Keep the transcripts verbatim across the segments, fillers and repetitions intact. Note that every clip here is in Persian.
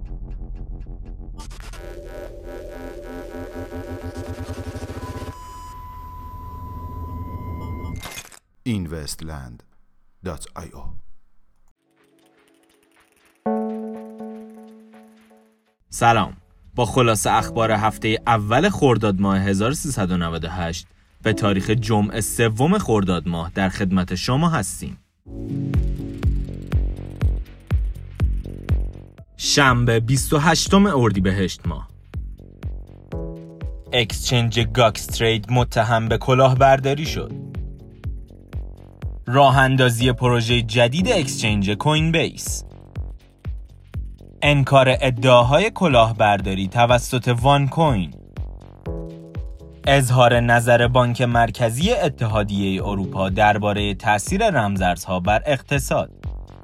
اینوستلند دات آی او. سلام. با خلاصه اخبار هفته اول خرداد ماه هزار و سیصد و نود و هشت به تاریخ جمعه سوم خرداد ماه در خدمت شما هستیم. شنبه بیست و هشتم اردیبهشت ماه. اکسچنج گاکس ترید متهم به کلاهبرداری شد. راه اندازی پروژه جدید اکسچنج کوین بیس. انکار ادعاهای کلاهبرداری توسط وان کوین. اظهار نظر بانک مرکزی اتحادیه اروپا درباره تأثیر رمزارزها بر اقتصاد.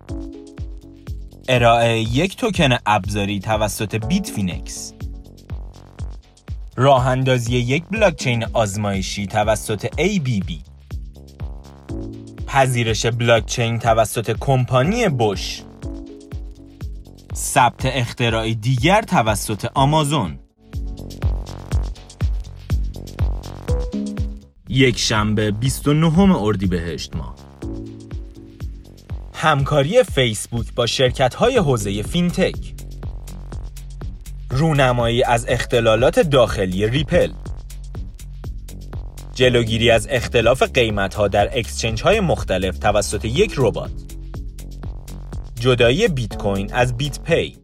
ارائه یک توکن ابزاری توسط بیت فینکس. راه اندازی یک بلاکچین آزمایشی توسط ای بی بی. پذیرش بلاکچین توسط کمپانی بوش. ثبت اختراعی دیگر توسط آمازون. یک شنبه بیست و نهم اردیبهشت ماه. همکاری فیسبوک با شرکت‌های حوزه فینتک. رونمایی از اختلالات داخلی ریپل. جلوگیری از اختلاف قیمت‌ها در اکسچنج‌های مختلف توسط یک ربات. جدایی بیت کوین از بیت پی.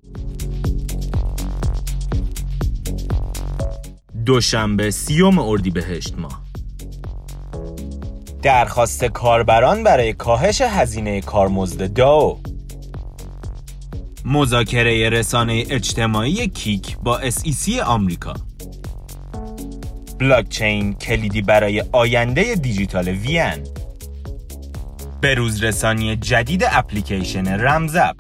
دوشنبه سیوم اردیبهشت ماه. درخواست کاربران برای کاهش هزینه کارمزد داو. مذاکره رسانه اجتماعی کیک با اس ای سی آمریکا. بلاکچین کلیدی برای آینده دیجیتال وین. بروز رسانی جدید اپلیکیشن رمزاپ.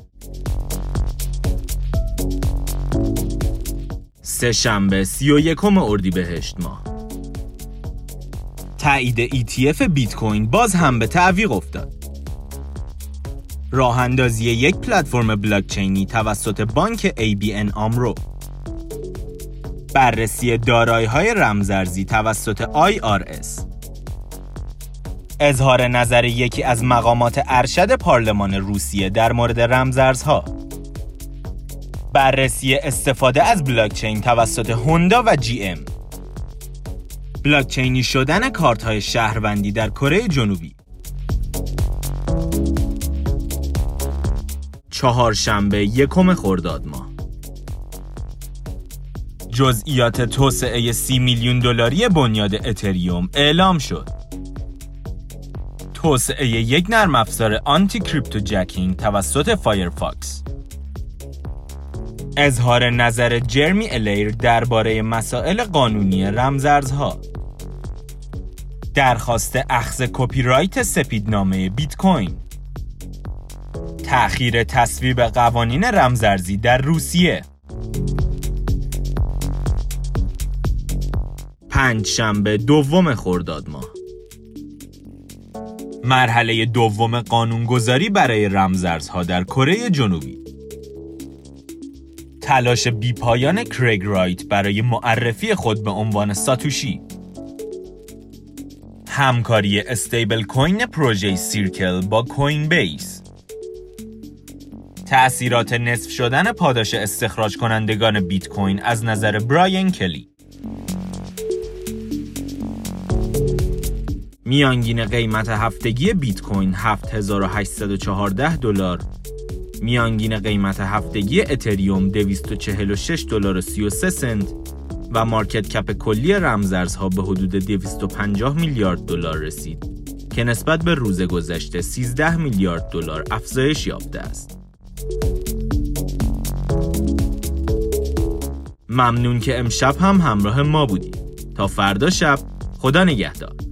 سه شنبه سی و یکم اردیبهشت ماه. تایید ای تی اف بیت کوین باز هم به تعویق افتاد. راه اندازی یک پلتفرم بلاکچینی توسط بانک ای بی ان آمرو. بررسی دارایی‌های رمزارزی توسط آی آر اس. اظهار نظر یکی از مقامات ارشد پارلمان روسیه در مورد رمزارزها. بررسی استفاده از بلاکچین توسط هوندا و جی ام. بلاکچینی شدن کارت‌های شهروندی در کره جنوبی. چهارشنبه یکم خرداد ماه. جزئیات توسعه سی میلیون دلاری بنیاد اتریوم اعلام شد. توسعه یک نرم افزار آنتی کریپتو جکینگ توسط فایرفاکس. اظهار نظر جرمی الیر درباره مسائل قانونی رمزارزها. درخواست اخذ کپی رایت سپیدنامه بیت کوین. تأخیر تصویب قوانین رمزارزی در روسیه. پنج شنبه دوم خرداد ماه. مرحله دوم قانونگذاری برای رمزارزها در کره جنوبی. تلاش بیپایان کریگ رایت برای معرفی خود به عنوان ساتوشی. همکاری استیبل کوین پروژه سیرکل با کوین بیس. تأثیرات نصف شدن پاداش استخراج کنندگان بیت کوین از نظر براین کلی. میانگین قیمت هفتگی بیت کوین هفت هزار و هشتصد و چهارده دلار، میانگین قیمت هفتگی اتریوم دویست و چهل و شش دلار و سی و سه سنت و مارکت کپ کلی رمزارزها به حدود دویست و پنجاه میلیارد دلار رسید که نسبت به روز گذشته سیزده میلیارد دلار افزایش یافته است. ممنون که امشب هم همراه ما بودید. تا فردا شب، خدا نگهدار.